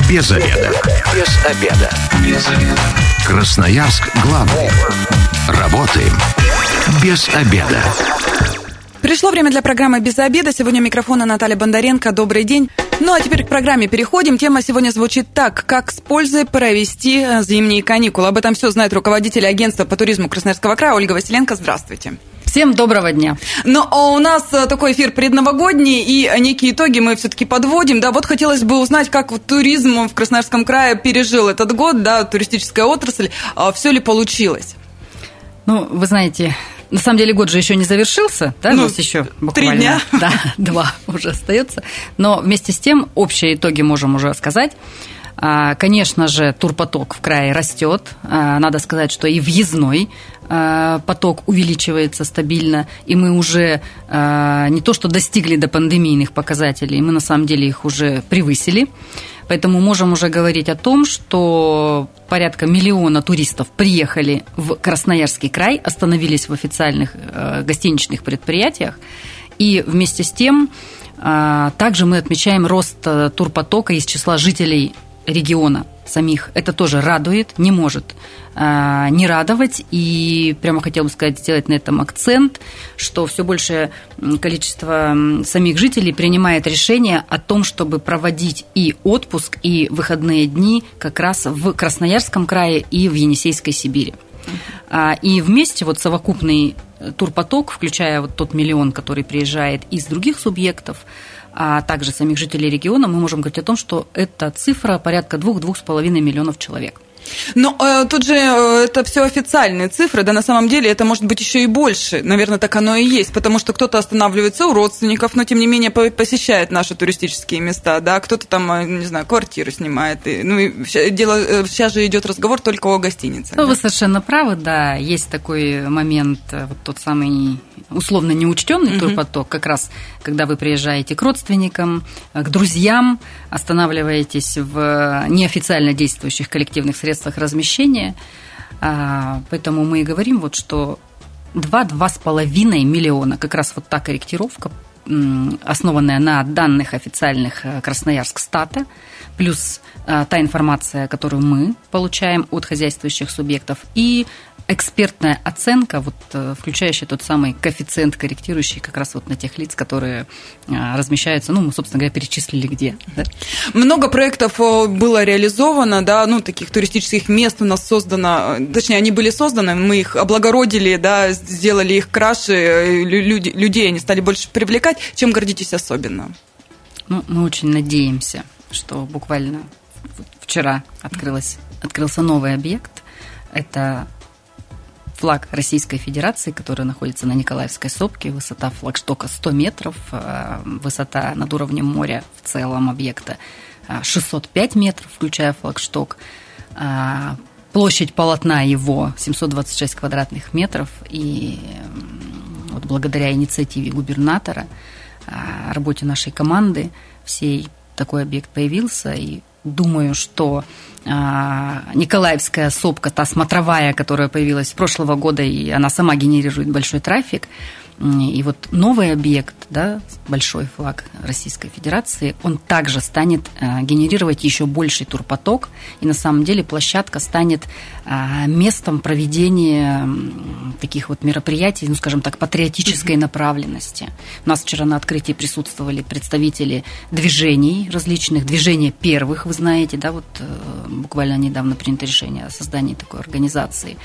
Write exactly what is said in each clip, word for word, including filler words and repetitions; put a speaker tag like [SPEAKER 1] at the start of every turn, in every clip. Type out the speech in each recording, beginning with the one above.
[SPEAKER 1] Без обеда. Без обеда. Без обеда. Красноярск главный. Работаем без обеда.
[SPEAKER 2] Пришло время для программы «Без обеда». Сегодня у микрофона Наталья Бондаренко. Добрый день. Ну, а теперь к программе переходим. Тема сегодня звучит так: как с пользой провести зимние каникулы. Об этом все знает руководитель агентства по туризму Красноярского края Ольга Василенко. Здравствуйте.
[SPEAKER 3] Всем доброго дня.
[SPEAKER 2] Ну, а у нас такой эфир предновогодний, и некие итоги мы все-таки подводим. Да, вот хотелось бы узнать, как вот туризм в Красноярском крае пережил этот год, да, туристическая отрасль, все ли получилось?
[SPEAKER 3] Ну, вы знаете, на самом деле год же еще не завершился, да, ну, у нас еще буквально
[SPEAKER 2] три дня.
[SPEAKER 3] Да, два уже остается. Но вместе с тем общие итоги можем уже сказать. Конечно же, турпоток в крае растет. Надо сказать, что и въездной поток увеличивается стабильно, и мы уже не то что достигли до пандемийных показателей, мы на самом деле их уже превысили. Поэтому можем уже говорить о том, что порядка миллиона туристов приехали в Красноярский край, остановились в официальных гостиничных предприятиях, и вместе с тем также мы отмечаем рост турпотока из числа жителей региона самих. Это тоже радует, не может а, не радовать. И прямо хотела бы сказать, сделать на этом акцент, что все большее количество самих жителей принимает решение о том, чтобы проводить и отпуск, и выходные дни как раз в Красноярском крае и в Енисейской Сибири. А, и вместе вот совокупный турпоток, включая вот тот миллион, который приезжает из других субъектов, а также самих жителей региона, мы можем говорить о том, что эта цифра порядка двух-двух с половиной миллионов человек.
[SPEAKER 2] Но э, тут же э, это все официальные цифры, да, на самом деле это может быть еще и больше, наверное, так оно и есть, потому что кто-то останавливается у родственников, но тем не менее посещает наши туристические места, да, кто-то там, не знаю, квартиру снимает, и, ну, и дело, сейчас же идет разговор только о гостинице.
[SPEAKER 3] Ну,
[SPEAKER 2] да?
[SPEAKER 3] Вы совершенно правы, да, есть такой момент, вот тот самый условно неучтенный uh-huh. турпоток, как раз когда вы приезжаете к родственникам, к друзьям, останавливаетесь в неофициально действующих коллективных средствах размещения, поэтому мы и говорим, вот, что два-два с половиной миллиона, как раз вот та корректировка, основанная на данных официальных Красноярскстата, плюс та информация, которую мы получаем от хозяйствующих субъектов, и экспертная оценка, вот, включающая тот самый коэффициент корректирующий как раз вот на тех лиц, которые размещаются, ну, мы, собственно говоря, перечислили где. Да?
[SPEAKER 2] Много проектов было реализовано, да, ну, таких туристических мест у нас создано, точнее, они были созданы, мы их облагородили, да, сделали их краше, люди, людей они стали больше привлекать. Чем гордитесь особенно?
[SPEAKER 3] Ну, мы очень надеемся, что буквально вчера открылось, открылся новый объект. Это флаг Российской Федерации, который находится на Николаевской сопке. Высота флагштока сто метров, высота над уровнем моря в целом объекта шестьсот пять метров, включая флагшток. Площадь полотна его семьсот двадцать шесть квадратных метров. И вот благодаря инициативе губернатора, работе нашей команды, всей такой объект появился. И думаю, что Николаевская сопка, та смотровая, которая появилась с прошлого года, и она сама генерирует большой трафик. И вот новый объект, да, большой флаг Российской Федерации, он также станет генерировать еще больший турпоток. И на самом деле площадка станет местом проведения таких вот мероприятий, ну, скажем так, патриотической направленности. У нас вчера на открытии присутствовали представители движений различных, движения первых, вы знаете, да, вот буквально недавно принято решение о создании такой организации.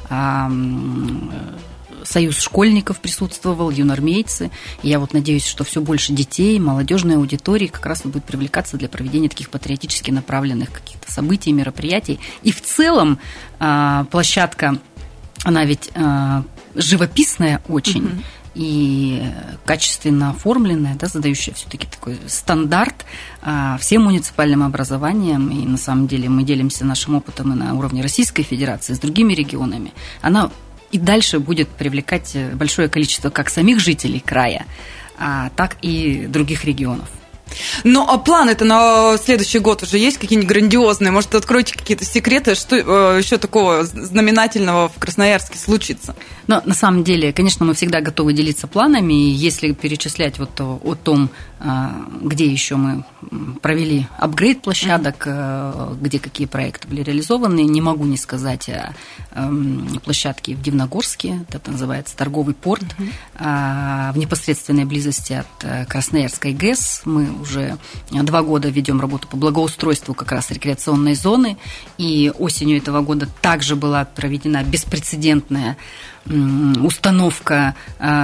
[SPEAKER 3] Союз школьников присутствовал, юнормейцы. И я вот надеюсь, что все больше детей, молодежной аудитории как раз вот будет привлекаться для проведения таких патриотически направленных каких-то событий, мероприятий. И в целом площадка, она ведь живописная очень. Mm-hmm. И качественно оформленная, да, задающая все-таки такой стандарт всем муниципальным образованиям. И на самом деле мы делимся нашим опытом и на уровне Российской Федерации с другими регионами. Она и дальше будет привлекать большое количество как самих жителей края, так и других регионов.
[SPEAKER 2] Ну, а планы-то на следующий год уже есть какие-нибудь грандиозные? Может, откройте какие-то секреты, что еще такого знаменательного в Красноярске случится?
[SPEAKER 3] Но на самом деле, конечно, мы всегда готовы делиться планами. И если перечислять вот о том, где еще мы провели апгрейд площадок, где какие проекты были реализованы. Не могу не сказать о площадке в Дивногорске, это называется торговый порт, в непосредственной близости от Красноярской ГЭС. Мы уже два года ведем работу по благоустройству как раз рекреационной зоны, и осенью этого года также была проведена беспрецедентная установка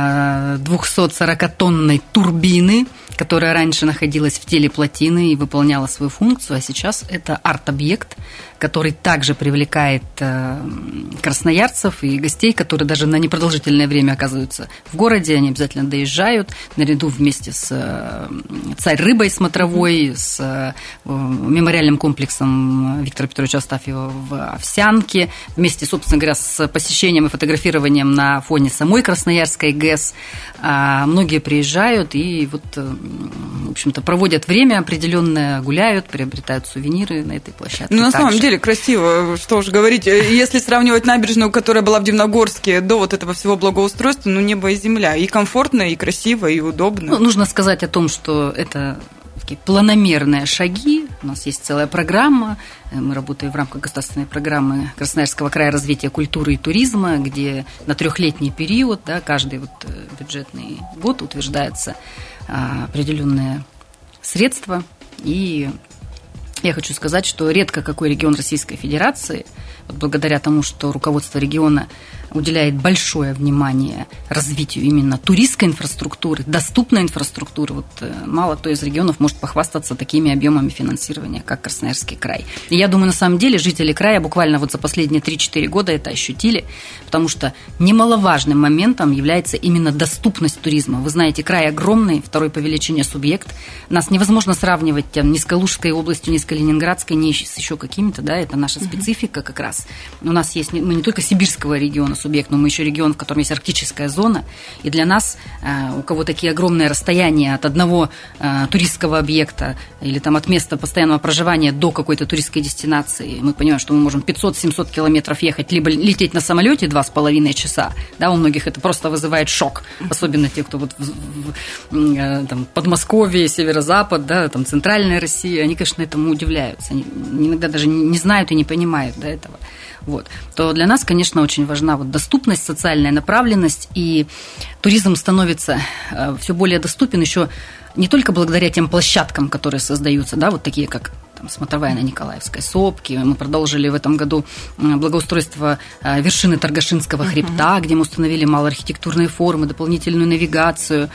[SPEAKER 3] двухсотсорокатонной турбины, которая раньше находилась в теле плотины и выполняла свою функцию, а сейчас это арт-объект, который также привлекает красноярцев и гостей, которые даже на непродолжительное время оказываются в городе, они обязательно доезжают, наряду вместе с Царь-рыбой смотровой, с мемориальным комплексом Виктора Петровича Астафьева в Овсянке, вместе, собственно говоря, с посещением и фотографированием на фоне самой Красноярской ГЭС. Многие приезжают и вот, в общем-то, проводят время определенное, гуляют, приобретают сувениры на этой площадке.
[SPEAKER 2] Ну, на
[SPEAKER 3] также.
[SPEAKER 2] самом деле красиво, что уж говорить. Если сравнивать набережную, которая была в Дивногорске, до вот этого всего благоустройства, ну, небо и земля. И комфортно, и красиво, и удобно.
[SPEAKER 3] Ну, нужно сказать о том, что это такие планомерные шаги. У нас есть целая программа. Мы работаем в рамках государственной программы Красноярского края развития культуры и туризма, где на трехлетний период, да, каждый вот бюджетный год утверждается определенные средства. И я хочу сказать, что редко какой регион Российской Федерации, вот благодаря тому, что руководство региона уделяет большое внимание развитию именно туристской инфраструктуры, доступной инфраструктуры, вот мало кто из регионов может похвастаться такими объемами финансирования, как Красноярский край. И я думаю, на самом деле жители края буквально вот за последние три-четыре года это ощутили, потому что немаловажным моментом является именно доступность туризма. Вы знаете, край огромный, второй по величине субъект. Нас невозможно сравнивать там, ни с Калужской областью, ни с Калининградской, ни с еще какими-то, да, это наша специфика как раз. У нас есть, мы не только сибирского региона субъект, но мы еще регион, в котором есть арктическая зона, и для нас, у кого такие огромные расстояния от одного туристского объекта или там от места постоянного проживания до какой-то туристской дестинации, мы понимаем, что мы можем пятьсот-семьсот километров ехать, либо лететь на самолете два с половиной часа, да, у многих это просто вызывает шок, особенно те, кто вот в, в, там, Подмосковье, Северо-Запад, да, там, Центральная Россия, они, конечно, этому удивляются, они иногда даже не знают и не понимают, да, этого. Вот, то для нас, конечно, очень важна вот доступность, социальная направленность, и туризм становится все более доступен еще не только благодаря тем площадкам, которые создаются, да, вот такие как там, смотровая на Николаевской сопке. Мы продолжили в этом году благоустройство вершины Торгашинского хребта, uh-huh. где мы установили малоархитектурные формы, дополнительную навигацию.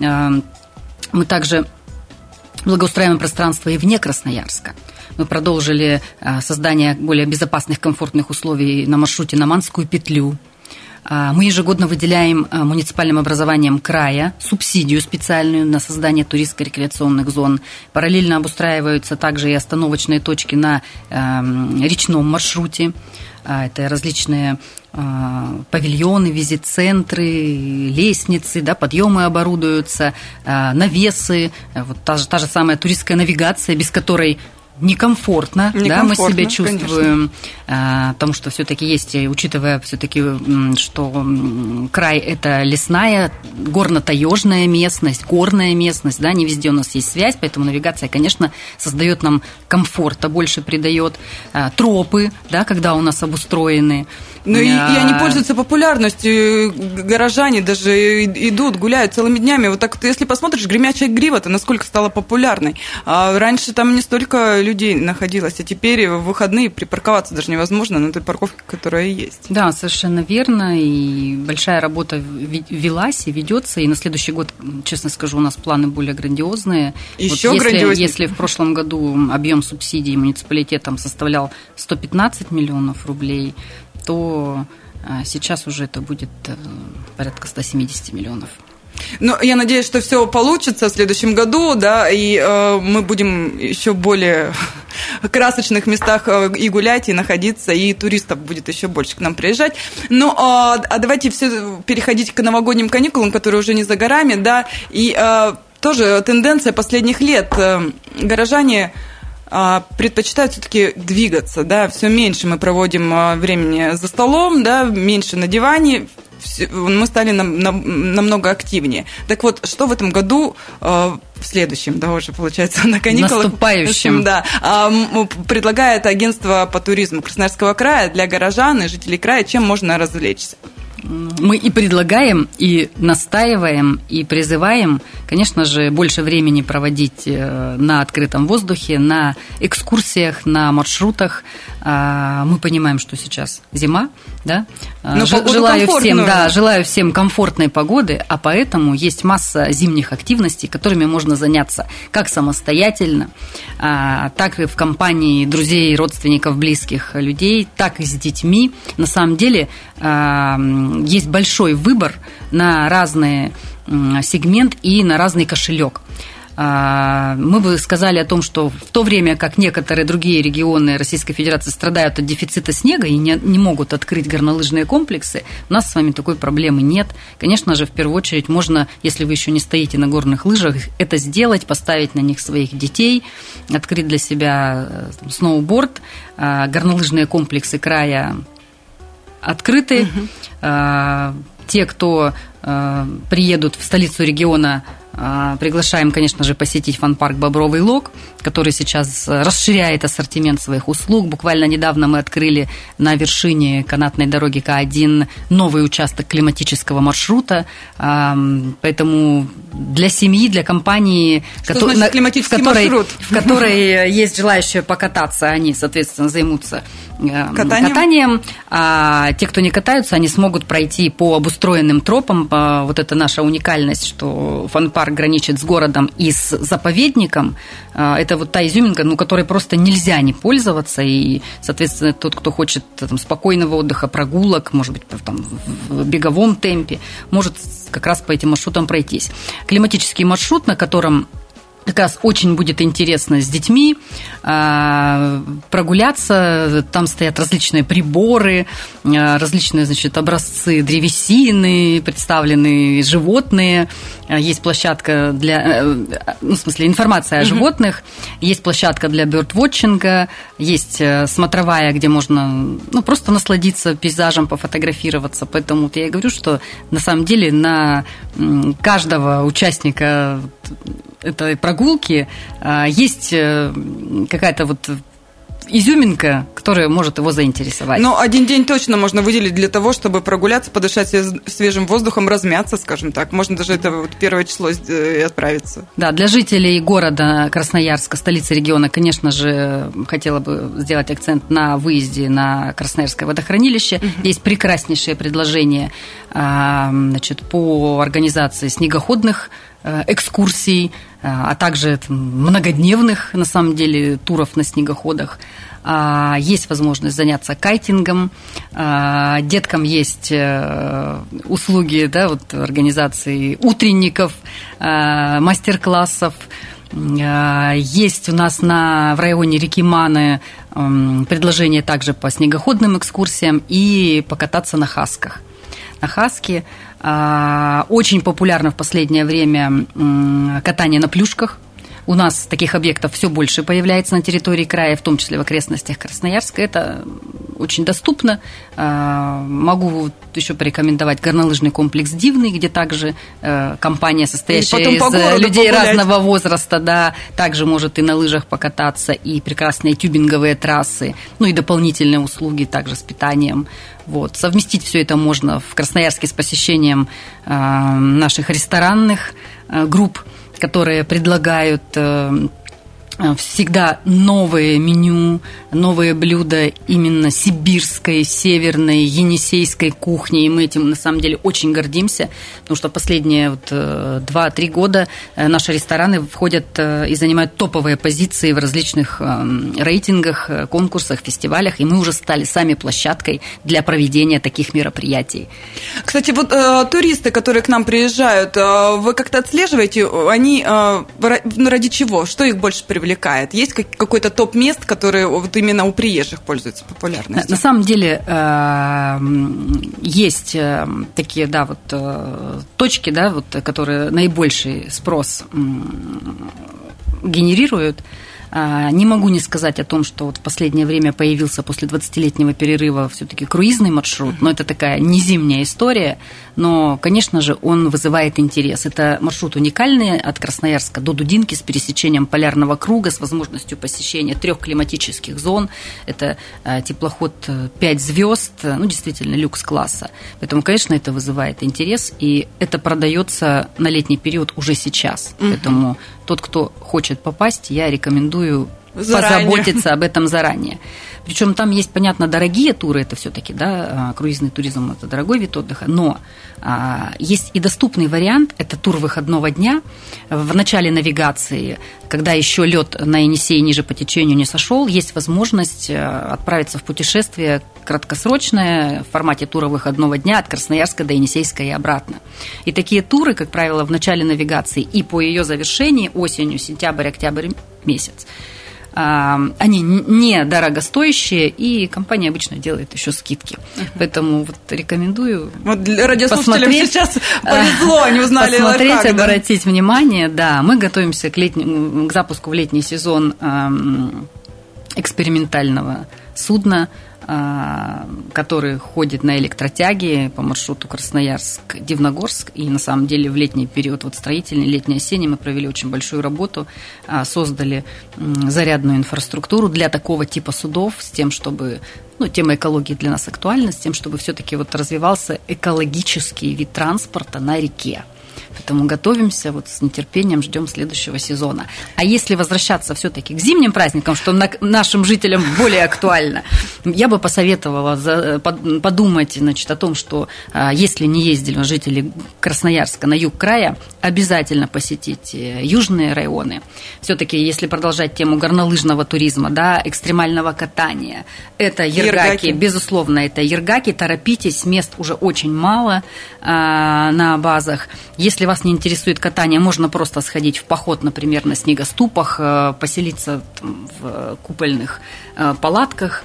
[SPEAKER 3] Мы также благоустраиваем пространство и вне Красноярска. Мы продолжили создание более безопасных, комфортных условий на маршруте на Манскую петлю. Мы ежегодно выделяем муниципальным образованиям края субсидию специальную на создание туристско-рекреационных зон. Параллельно обустраиваются также и остановочные точки на речном маршруте. Это различные павильоны, визит-центры, лестницы, да, подъемы оборудуются, навесы. Вот та же, та же самая туристская навигация, без которой некомфортно, да, мы себя чувствуем, а, потому что все-таки есть, учитывая все-таки, что край – это лесная, горно-таежная местность, горная местность, да, не везде у нас есть связь, поэтому навигация, конечно, создает нам комфорта, больше придает, а, тропы, да, когда у нас обустроены.
[SPEAKER 2] Ну и, и они пользуются популярностью, горожане даже идут, гуляют целыми днями. Вот так, если посмотришь, Гремячая Грива-то насколько стала популярной. А раньше там не столько людей находилось, а теперь в выходные припарковаться даже невозможно на той парковке, которая есть.
[SPEAKER 3] Да, совершенно верно, и большая работа велась и ведется, и на следующий год, честно скажу, у нас планы более грандиозные.
[SPEAKER 2] Еще
[SPEAKER 3] вот
[SPEAKER 2] грандиознее.
[SPEAKER 3] Если, если в прошлом году объем субсидий муниципалитетам составлял сто пятнадцать миллионов рублей, то сейчас уже это будет порядка сто семьдесят миллионов.
[SPEAKER 2] Ну, я надеюсь, что все получится в следующем году, да, и э, мы будем еще более красочных местах и гулять, и находиться, и туристов будет еще больше к нам приезжать. Ну, а, а давайте все переходить к новогодним каникулам, которые уже не за горами, да, и э, тоже тенденция последних лет. Горожане предпочитают все-таки двигаться, да, все меньше мы проводим времени за столом, да, меньше на диване, мы стали намного активнее. Так вот, что в этом году, в следующем, да, уже получается, на каникулах.
[SPEAKER 3] Наступающем.
[SPEAKER 2] Да, предлагает агентство по туризму Красноярского края для горожан и жителей края, чем можно развлечься?
[SPEAKER 3] Мы и предлагаем, и настаиваем, и призываем, конечно же, больше времени проводить на открытом воздухе, на экскурсиях, на маршрутах. Мы понимаем, что сейчас зима, да?
[SPEAKER 2] Но
[SPEAKER 3] Ж- желаю всем, да, желаю всем комфортной погоды, а поэтому есть масса зимних активностей, которыми можно заняться как самостоятельно, так и в компании друзей, родственников, близких людей, так и с детьми. На самом деле есть большой выбор на разный сегмент и на разный кошелек. Мы бы сказали о том, что в то время как некоторые другие регионы Российской Федерации страдают от дефицита снега и не, не могут открыть горнолыжные комплексы, у нас с вами такой проблемы нет. Конечно же, в первую очередь можно, если вы еще не стоите на горных лыжах, это сделать, поставить на них своих детей, открыть для себя сноуборд. Горнолыжные комплексы края открыты. Угу. Те, кто приедут в столицу региона, приглашаем, конечно же, посетить фан-парк «Бобровый Лог», который сейчас расширяет ассортимент своих услуг. Буквально недавно мы открыли на вершине канатной дороги К один новый участок климатического маршрута. Поэтому для семьи, для компании,
[SPEAKER 2] что значит
[SPEAKER 3] на,
[SPEAKER 2] климатический
[SPEAKER 3] в, которой,
[SPEAKER 2] маршрут?
[SPEAKER 3] в которой есть желающие покататься, они, соответственно, займутся
[SPEAKER 2] катанием.
[SPEAKER 3] катанием. А те, кто не катаются, они смогут пройти по обустроенным тропам. Вот это наша уникальность, что фан-парк граничит с городом и с заповедником. Это вот та изюминка, ну, которой просто нельзя не пользоваться. И, соответственно, тот, кто хочет там спокойного отдыха, прогулок, может быть, там, в беговом темпе, может как раз по этим маршрутам пройтись. Климатический маршрут, на котором как раз очень будет интересно с детьми прогуляться. Там стоят различные приборы, различные, значит, образцы древесины, представлены животные. Есть площадка для, ну, в смысле, информация о животных. Есть площадка для бёрдвотчинга. Есть смотровая, где можно, ну, просто насладиться пейзажем, пофотографироваться. Поэтому вот я и говорю, что на самом деле на каждого участника этой прогулки есть какая-то вот изюминка, которая может его заинтересовать.
[SPEAKER 2] Но один день точно можно выделить для того, чтобы прогуляться, подышать свежим воздухом, размяться, скажем так. Можно даже это вот первое число и отправиться.
[SPEAKER 3] Да, для жителей города Красноярска, столицы региона, конечно же, хотела бы сделать акцент на выезде на Красноярское водохранилище. Угу. Есть прекраснейшее предложение, значит, по организации снегоходных экскурсий, а также многодневных, на самом деле, туров на снегоходах. Есть возможность заняться кайтингом. Деткам есть услуги, да, вот, организации утренников, мастер-классов. Есть у нас на, в районе реки Маны предложение также по снегоходным экскурсиям и покататься на хасках. На хаске очень популярно в последнее время катание на плюшках. У нас таких объектов все больше появляется на территории края, в том числе в окрестностях Красноярска. Это очень доступно. Могу еще порекомендовать горнолыжный комплекс «Дивный», где также компания, состоящая из людей погулять. Разного возраста, да, также может и на лыжах покататься, и прекрасные тюбинговые трассы, ну и дополнительные услуги также с питанием. Вот. Совместить все это можно в Красноярске с посещением наших ресторанных групп, которые предлагают всегда новые меню, новые блюда именно сибирской, северной, енисейской кухни. И мы этим, на самом деле, очень гордимся, потому что последние вот два-три года наши рестораны входят и занимают топовые позиции в различных рейтингах, конкурсах, фестивалях, и мы уже стали сами площадкой для проведения таких мероприятий.
[SPEAKER 2] Кстати, вот э, туристы, которые к нам приезжают, э, вы как-то отслеживаете, они э, ради чего? Что их больше привлекает? Есть какой-то топ мест, которые вот именно у приезжих пользуются популярностью?
[SPEAKER 3] На самом деле есть такие, да, вот точки, да, вот, которые наибольший спрос генерируют. Не могу не сказать о том, что вот в последнее время появился после двадцатилетнего перерыва все-таки круизный маршрут, но это такая не зимняя история, но, конечно же, он вызывает интерес. Это маршрут уникальный от Красноярска до Дудинки с пересечением полярного круга, с возможностью посещения трех климатических зон. Это теплоход пять звезд, ну, действительно, люкс-класса. Поэтому, конечно, это вызывает интерес, и это продается на летний период уже сейчас. Угу. Поэтому тот, кто хочет попасть, я рекомендую заранее позаботиться об этом заранее. Причем там есть, понятно, дорогие туры, это все-таки, да, круизный туризм – это дорогой вид отдыха, но а, есть и доступный вариант, это тур выходного дня. В начале навигации, когда еще лед на Енисее ниже по течению не сошел, есть возможность отправиться в путешествие краткосрочное в формате тура выходного дня от Красноярска до Енисейска и обратно. И такие туры, как правило, в начале навигации и по ее завершении осенью, сентябрь, октябрь месяц, они не дорогостоящие, и компания обычно делает еще скидки. Uh-huh. Поэтому вот рекомендую
[SPEAKER 2] вот для радиослушателям сейчас повезло, они узнали
[SPEAKER 3] посмотреть,
[SPEAKER 2] лайфхак, да?
[SPEAKER 3] Обратить внимание. Да, мы готовимся к, летнему, к запуску в летний сезон экспериментального судна, который ходит на электротяге по маршруту Красноярск-Дивногорск. И на самом деле в летний период, вот строительный, летний-осенний, мы провели очень большую работу, создали зарядную инфраструктуру для такого типа судов с тем, чтобы, ну, тема экологии для нас актуальна, с тем, чтобы все-таки вот развивался экологический вид транспорта на реке. Поэтому готовимся, вот с нетерпением ждем следующего сезона. А если возвращаться все-таки к зимним праздникам, что нашим жителям более актуально, я бы посоветовала подумать, значит, о том, что если не ездили жители Красноярска на юг края, обязательно посетить южные районы. Все-таки, если продолжать тему горнолыжного туризма, да, экстремального катания, это Ергаки, Ергаки. Безусловно, это Ергаки. Торопитесь, мест уже очень мало а, на базах. Если вас не интересует катание, можно просто сходить в поход, например, на снегоступах, поселиться там в купольных палатках,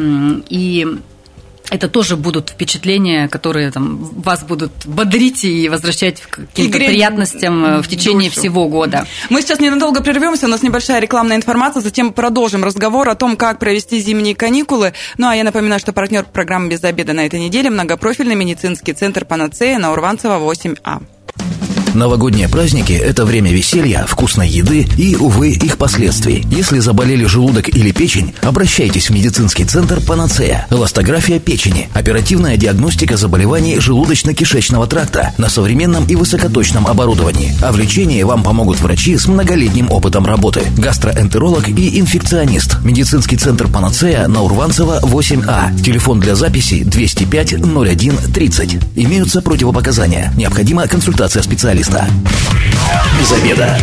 [SPEAKER 3] и это тоже будут впечатления, которые там, вас будут бодрить и возвращать к каким-то приятностям в течение душу. Всего года.
[SPEAKER 2] Мы сейчас ненадолго прервемся, у нас небольшая рекламная информация, затем продолжим разговор о том, как провести зимние каникулы. Ну, а я напоминаю, что партнер программы «Без обеда» на этой неделе – многопрофильный медицинский центр «Панацея» на Урванцева, восемь А.
[SPEAKER 1] Новогодние праздники – это время веселья, вкусной еды и, увы, их последствий. Если заболели желудок или печень, обращайтесь в медицинский центр «Панацея». Эластография печени, оперативная диагностика заболеваний желудочно-кишечного тракта на современном и высокоточном оборудовании. А в лечении вам помогут врачи с многолетним опытом работы. Гастроэнтеролог и инфекционист. Медицинский центр «Панацея» на Урванцева, восемь А. Телефон для записи двести пять ноль один тридцать. Имеются противопоказания. Необходима консультация специалиста. Без обеда.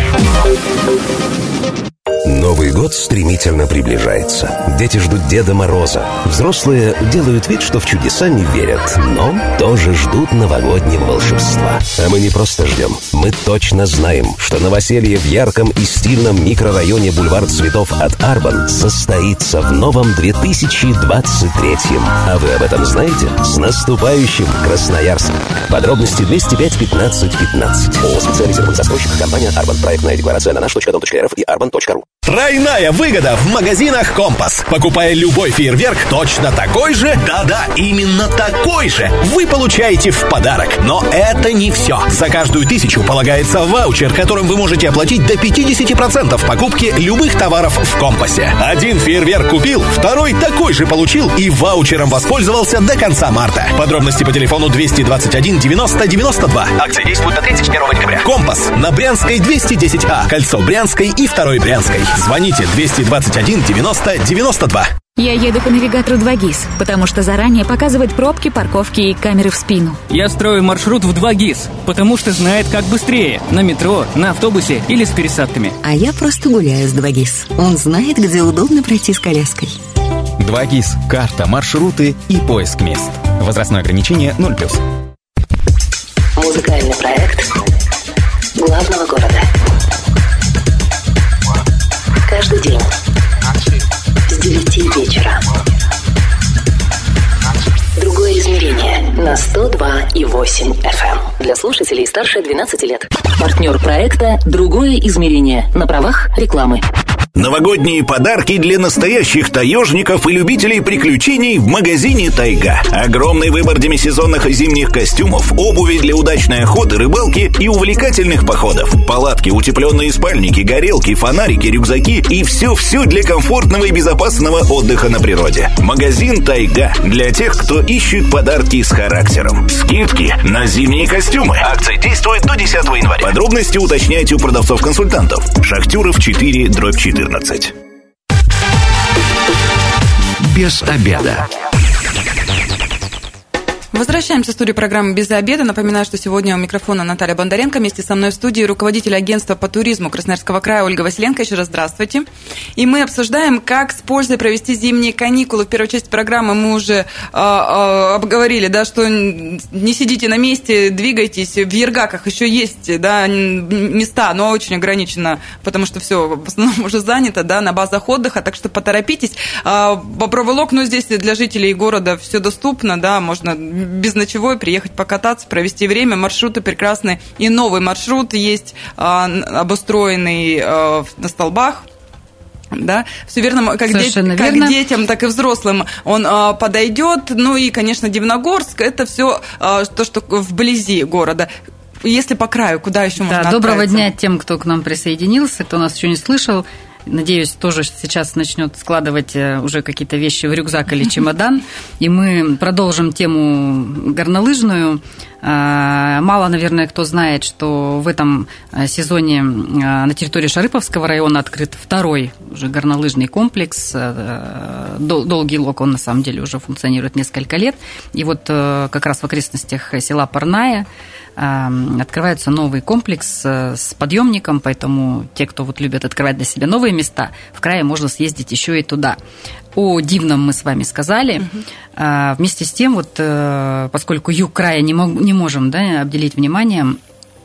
[SPEAKER 4] Новый год стремительно приближается. Дети ждут Деда Мороза. Взрослые делают вид, что в чудеса не верят, но тоже ждут новогоднего волшебства. А мы не просто ждем. Мы точно знаем, что новоселье в ярком и стильном микрорайоне Бульвар Цветов от Арбан состоится в новом две тысячи двадцать третьем. А вы об этом знаете? С наступающим, Красноярск! Подробности двести пять пятнадцать пятнадцать. ООО «Специализированный застройщик», компания «Арбан». Проектная декларация на наш точка дом точка эр эф и арбан точка ру.
[SPEAKER 5] Тройная выгода в магазинах «Компас». Покупая любой фейерверк точно такой же, да-да, именно такой же, вы получаете в подарок. Но это не все. За каждую тысячу полагается ваучер, которым вы можете оплатить до пятьдесят процентов покупки любых товаров в «Компасе». Один фейерверк купил, второй такой же получил и ваучером воспользовался до конца марта. Подробности по телефону двести двадцать один девяносто девяносто два. Акция действует до тридцать первого декабря. «Компас» на Брянской двести десять А, кольцо Брянской и второй Брянской. Звоните двести двадцать один девяносто девяносто два.
[SPEAKER 6] Я еду по навигатору два гис, потому что заранее показывает пробки, парковки и камеры в спину.
[SPEAKER 7] Я строю маршрут в два гис, потому что знает, как быстрее. На метро, на автобусе или с пересадками.
[SPEAKER 8] А я просто гуляю с два гис. Он знает, где удобно пройти с коляской.
[SPEAKER 9] два гис. Карта, маршруты и поиск мест. Возрастное ограничение ноль плюс.
[SPEAKER 10] Музыкальный проект главного города. Каждый день с девяти вечера. Другое измерение на сто два и восемь эф эм. Для слушателей старше двенадцати лет. Партнер проекта «Другое измерение» на правах рекламы.
[SPEAKER 5] Новогодние подарки для настоящих таежников и любителей приключений в магазине «Тайга». Огромный выбор демисезонных и зимних костюмов, обуви для удачной охоты, рыбалки и увлекательных походов. Палатки, утепленные спальники, горелки, фонарики, рюкзаки и все-все для комфортного и безопасного отдыха на природе. Магазин «Тайга» для тех, кто ищет подарки с характером. Скидки на зимние костюмы. Акция действует до десятого января. Подробности уточняйте у продавцов-консультантов. Шахтеров четыре, дробь четырнадцать.
[SPEAKER 1] Без обеда.
[SPEAKER 2] Возвращаемся в студию программы «Без обеда». Напоминаю, что сегодня у микрофона Наталья Бондаренко. Вместе со мной в студии руководитель агентства по туризму Красноярского края Ольга Василенко. Еще раз здравствуйте. И мы обсуждаем, как с пользой провести зимние каникулы. В первой части программы мы уже э, э, обговорили, да, что не сидите на месте, двигайтесь. В Ергаках еще есть, да, места, но очень ограничено, потому что все в основном уже занято, да, на базах отдыха. Так что поторопитесь. Э, Бобровый Лог, ну, здесь для жителей города все доступно, да, можно без ночевой приехать покататься, провести время. Маршруты прекрасные. И новый маршрут есть, а, обустроенный а, на столбах. Да, все верно, как, де- верно. Как детям, так и взрослым он а, подойдет. Ну и, конечно, Дивногорск, это все а, то, что вблизи города. Если по краю, куда еще можно
[SPEAKER 3] да,
[SPEAKER 2] отправиться?
[SPEAKER 3] Доброго дня тем, кто к нам присоединился, кто нас еще не слышал. Надеюсь, тоже сейчас начнет складывать уже какие-то вещи в рюкзак или чемодан. И мы продолжим тему горнолыжную. Мало, наверное, кто знает, что в этом сезоне на территории Шарыповского района открыт второй уже горнолыжный комплекс. Долгий Лог, он на самом деле уже функционирует несколько лет. И вот как раз в окрестностях села Парная открывается новый комплекс с подъемником, поэтому те, кто вот любят открывать для себя новые места, в крае можно съездить еще и туда. О Дивном мы с вами сказали. Uh-huh. Вместе с тем, вот, поскольку юг края не, мог, не можем, да, обделить вниманием,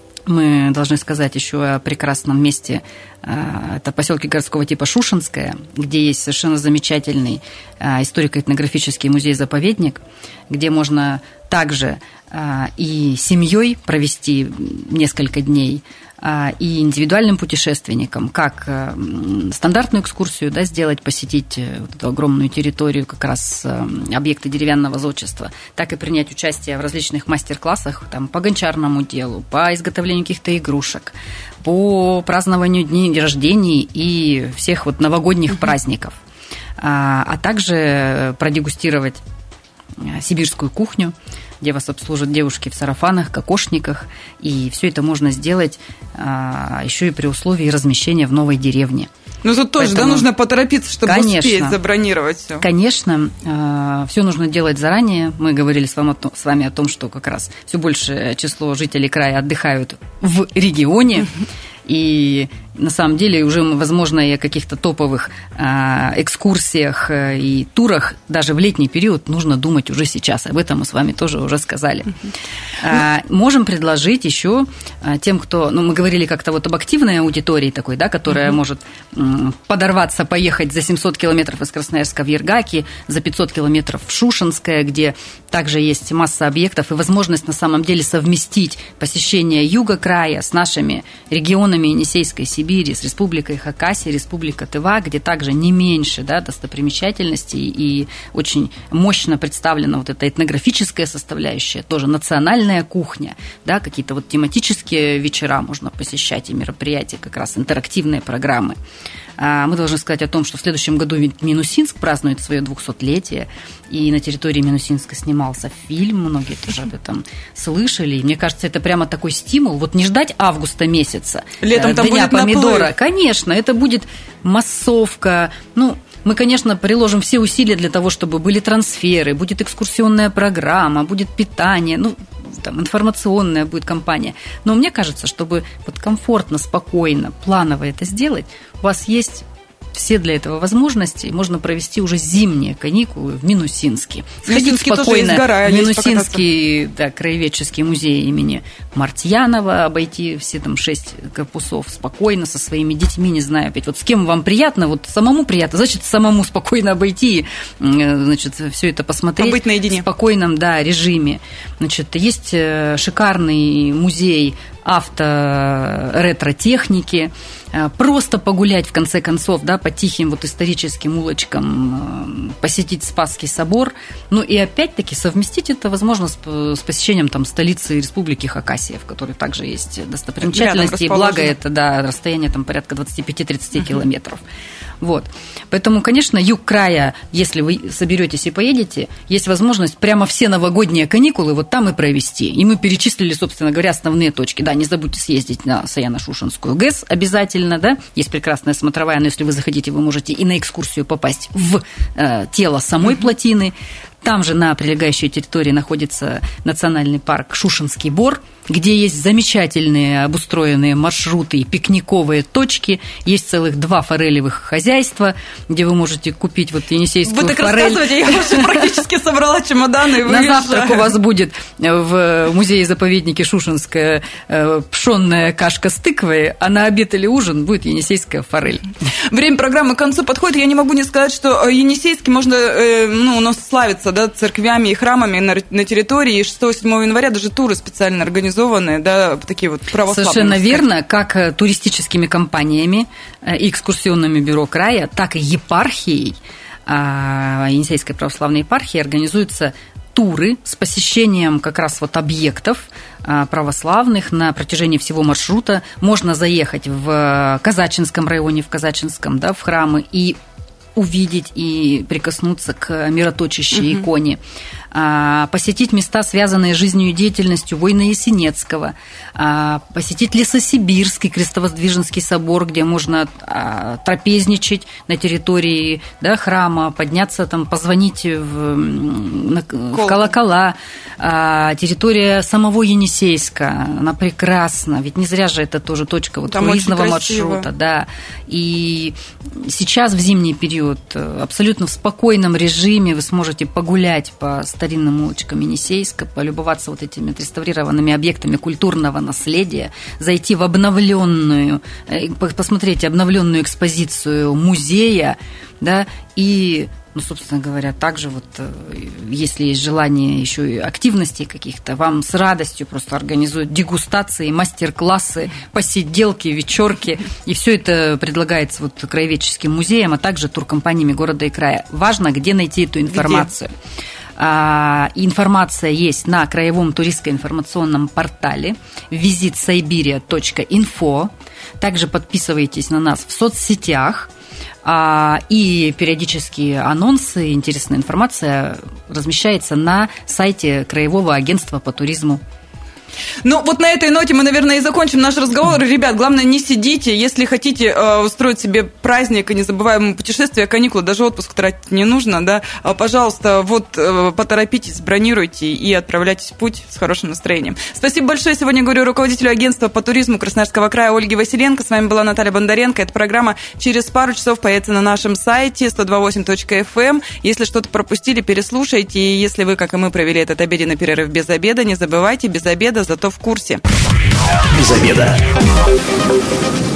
[SPEAKER 3] мы должны сказать еще о прекрасном месте. Это поселки городского типа Шушенское, где есть совершенно замечательный историко-этнографический музей-заповедник, где можно также и семьей провести несколько дней, и индивидуальным путешественникам, как стандартную экскурсию, да, сделать, посетить вот эту огромную территорию, как раз объекты деревянного зодчества, так и принять участие в различных мастер-классах там, по гончарному делу, по изготовлению каких-то игрушек, по празднованию дней рождений и всех вот новогодних mm-hmm. праздников, а также продегустировать сибирскую кухню, где вас обслужат девушки в сарафанах, кокошниках, и все это можно сделать а, еще и при условии размещения в новой деревне.
[SPEAKER 2] Ну тут тоже, Поэтому, да, нужно поторопиться, чтобы
[SPEAKER 3] конечно,
[SPEAKER 2] успеть забронировать все.
[SPEAKER 3] Конечно, а, все нужно делать заранее. Мы говорили с вами, с вами о том, что как раз все большее число жителей края отдыхают в регионе. И на самом деле уже, возможно, и о каких-то топовых а, экскурсиях и турах даже в летний период нужно думать уже сейчас. Об этом мы с вами тоже уже сказали. А, можем предложить еще тем, кто... Ну, мы говорили как-то вот об активной аудитории такой, да, которая uh-huh. может м, подорваться, поехать за семьсот километров из Красноярска в Ергаки, за пятьсот километров в Шушенское, где также есть масса объектов и возможность на самом деле совместить посещение юга края с нашими регионами Енисейской Сибири, с Республикой Хакасия, Республика Тыва, где также не меньше, да, достопримечательностей и очень мощно представлена вот эта этнографическая составляющая, тоже национальная кухня, да, какие-то вот тематические вечера можно посещать и мероприятия, как раз интерактивные программы. Мы должны сказать о том, что в следующем году Минусинск празднует свое двухсотлетие, и на территории Минусинска снимался фильм, многие тоже об этом слышали, и мне кажется, это прямо такой стимул, вот не ждать августа месяца,
[SPEAKER 2] летом там
[SPEAKER 3] Дня
[SPEAKER 2] будет
[SPEAKER 3] помидора,
[SPEAKER 2] наплыв.
[SPEAKER 3] Конечно, это будет массовка, ну, мы, конечно, приложим все усилия для того, чтобы были трансферы, будет экскурсионная программа, будет питание, ну, там, информационная будет кампания. Но мне кажется, чтобы вот комфортно, спокойно, планово это сделать, у вас есть все для этого возможности, можно провести уже зимние каникулы в Минусинске. Сходить спокойно в Минусинский, да, краеведческий музей имени Мартьянова, обойти все там шесть корпусов спокойно со своими детьми, не знаю, опять вот с кем вам приятно, вот самому приятно, значит, самому спокойно обойти, значит, все это посмотреть.
[SPEAKER 2] Побыть наедине.
[SPEAKER 3] В спокойном, да, режиме. Значит, есть шикарный музей авто-ретро-техники, просто погулять, в конце концов, да, по тихим вот историческим улочкам, посетить Спасский собор, ну и опять-таки совместить это, возможно, с, с посещением там столицы Республики Хакасия, в которой также есть достопримечательности, и благо это, да, расстояние там порядка двадцать пять-тридцать uh-huh. километров. Вот. Поэтому, конечно, юг края, если вы соберетесь и поедете, есть возможность прямо все новогодние каникулы вот там и провести. И мы перечислили, собственно говоря, основные точки. Да, не забудьте съездить на Саяно-Шушенскую ГЭС обязательно, да, есть прекрасная смотровая, но если вы захотите, вы можете и на экскурсию попасть в э, тело самой mm-hmm. плотины. Там же на прилегающей территории находится национальный парк Шушенский Бор, где есть замечательные обустроенные маршруты и пикниковые точки. Есть целых два форелевых хозяйства, где вы можете купить вот енисейскую форель. Вы так форель. Рассказываете, я уже практически собрала чемоданы и выезжаю. На завтрак у вас будет в музее-заповеднике Шушенская пшенная кашка с тыквой, а на обед или ужин будет енисейская форель.
[SPEAKER 2] Время программы к концу подходит. Я не могу не сказать, что Енисейский можно, ну, у нас славится, да, церквями и храмами на, на территории. И шестого-седьмого января даже туры специально организованы. Да, такие вот православные.
[SPEAKER 3] Совершенно верно, как туристическими компаниями и экскурсионными бюро края, так и епархией, Енисейской православной епархии организуются туры с посещением как раз вот объектов православных на протяжении всего маршрута. Можно заехать в Казачинском районе, в Казачинском, да, в храмы и увидеть и прикоснуться к мироточащей uh-huh. иконе, посетить места, связанные с жизнью и деятельностью Войно-Ясенецкого, посетить Лесосибирский Крестовоздвиженский собор, где можно трапезничать на территории, да, храма, подняться там, позвонить в, в колокола. Территория самого Енисейска, она прекрасна, ведь не зря же это тоже точка вот круизного маршрута. Да. И сейчас в зимний период абсолютно в спокойном режиме вы сможете погулять по старинным улочкам Енисейска, полюбоваться вот этими отреставрированными объектами культурного наследия, зайти в обновленную, посмотреть обновленную экспозицию музея, да, и, ну, собственно говоря, также вот, если есть желание еще и активностей каких-то, вам с радостью просто организуют дегустации, мастер-классы, посиделки, вечерки, и все это предлагается вот краеведческим музеем, а также туркомпаниями города и края. Важно, где найти эту информацию. Где? Информация есть на краевом туристско-информационном портале визит сайбирия точка инфо. Также подписывайтесь на нас в соцсетях. И периодически анонсы, интересная информация размещается на сайте Краевого агентства по туризму.
[SPEAKER 2] Ну, вот на этой ноте мы, наверное, и закончим наш разговор. Ребят, главное, не сидите. Если хотите э, устроить себе праздник и незабываемое путешествие, каникулы, даже отпуск тратить не нужно, да, э, пожалуйста, вот э, поторопитесь, бронируйте и отправляйтесь в путь с хорошим настроением. Спасибо большое. Сегодня говорю руководителю агентства по туризму Красноярского края Ольге Василенко. С вами была Наталья Бондаренко. Эта программа через пару часов появится на нашем сайте сто два восемь точка эф эм. Если что-то пропустили, переслушайте. И если вы, как и мы, провели этот обеденный перерыв без обеда, не забывайте, без обеда, зато в курсе.
[SPEAKER 1] Без обеда.